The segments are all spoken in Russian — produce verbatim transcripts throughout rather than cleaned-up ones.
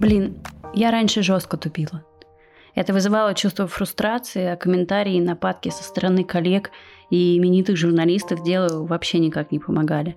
Блин, я раньше жестко тупила. Это вызывало чувство фрустрации, а комментарии и нападки со стороны коллег и именитых журналистов делу вообще никак не помогали.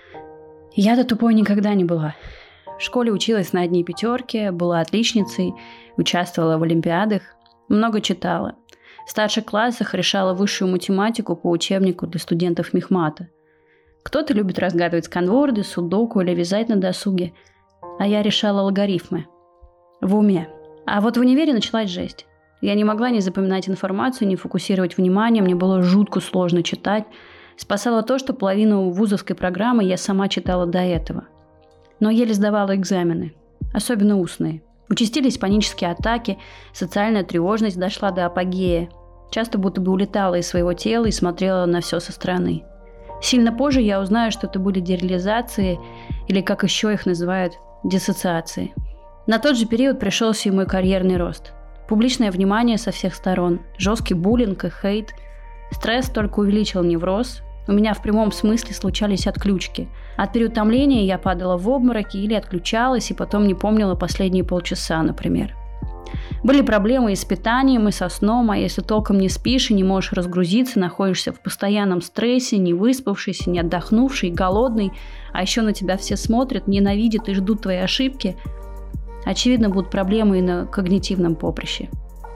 Я-то тупой никогда не была. В школе училась на одни пятерки, была отличницей, участвовала в олимпиадах, много читала. В старших классах решала высшую математику по учебнику для студентов мехмата. Кто-то любит разгадывать сканворды, судоку или вязать на досуге, а я решала логарифмы. В уме. А вот в универе началась жесть. Я не могла не запоминать информацию, не фокусировать внимание, мне было жутко сложно читать. Спасало то, что половину вузовской программы я сама читала до этого. Но еле сдавала экзамены, особенно устные. Участились панические атаки, социальная тревожность дошла до апогея. Часто будто бы улетала из своего тела и смотрела на все со стороны. Сильно позже я узнаю, что это были дереализации, или как еще их называют, диссоциации. На тот же период пришелся и мой карьерный рост. Публичное внимание со всех сторон, жесткий буллинг и хейт. Стресс только увеличил невроз. У меня в прямом смысле случались отключки. От переутомления я падала в обмороки или отключалась, и потом не помнила последние полчаса, например. Были проблемы и с питанием, и со сном, а если толком не спишь и не можешь разгрузиться, находишься в постоянном стрессе, не выспавшийся, не отдохнувший, голодный, а еще на тебя все смотрят, ненавидят и ждут твои ошибки, очевидно, будут проблемы и на когнитивном поприще.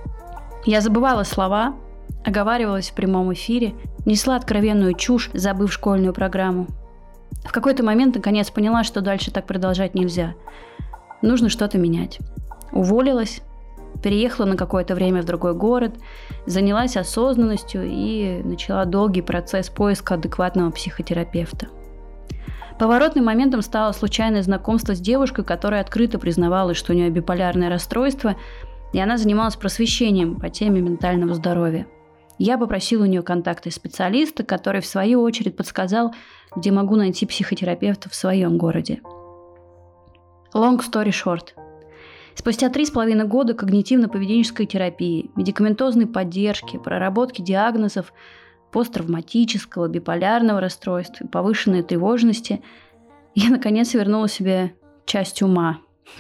Я забывала слова, оговаривалась в прямом эфире, несла откровенную чушь, забыв школьную программу. В какой-то момент, наконец, поняла, что дальше так продолжать нельзя. Нужно что-то менять. Уволилась, переехала на какое-то время в другой город, занялась осознанностью и начала долгий процесс поиска адекватного психотерапевта. Поворотным моментом стало случайное знакомство с девушкой, которая открыто признавалась, что у нее биполярное расстройство, и она занималась просвещением по теме ментального здоровья. Я попросила у нее контакты специалиста, который в свою очередь подсказал, где могу найти психотерапевта в своем городе. Long story short. Спустя три с половиной года когнитивно-поведенческой терапии, медикаментозной поддержки, проработки диагнозов посттравматического, биполярного расстройства и повышенной тревожности, я наконец вернула себе часть ума.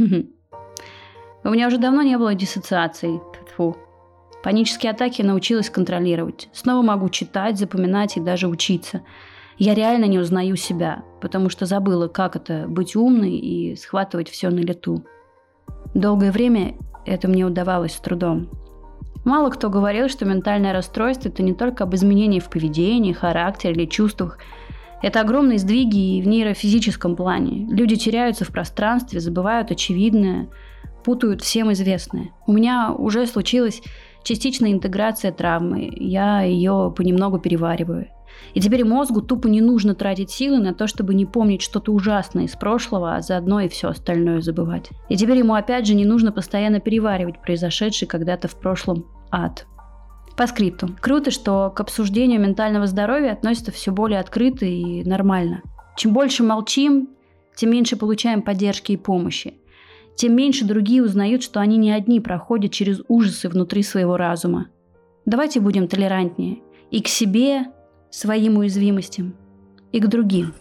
У меня уже давно не было диссоциаций. Фу. Панические атаки научилась контролировать. Снова могу читать, запоминать и даже учиться. Я реально не узнаю себя, потому что забыла, как это быть умной и схватывать все на лету. Долгое время это мне удавалось с трудом. Мало кто говорил, что ментальное расстройство – это не только об изменении в поведении, характере или чувствах. Это огромные сдвиги и в нейрофизическом плане. Люди теряются в пространстве, забывают очевидное, путают всем известное. У меня уже случилась частичная интеграция травмы. Я ее понемногу перевариваю. И теперь мозгу тупо не нужно тратить силы на то, чтобы не помнить что-то ужасное из прошлого, а заодно и все остальное забывать. И теперь ему опять же не нужно постоянно переваривать произошедший когда-то в прошлом ад. По скрипту. Круто, что к обсуждению ментального здоровья относятся все более открыто и нормально. Чем больше молчим, тем меньше получаем поддержки и помощи. Тем меньше другие узнают, что они не одни проходят через ужасы внутри своего разума. Давайте будем толерантнее и к себе, своим уязвимостям, и к другим.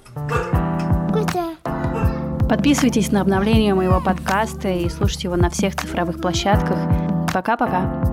Подписывайтесь на обновления моего подкаста и слушайте его на всех цифровых площадках. Пока-пока.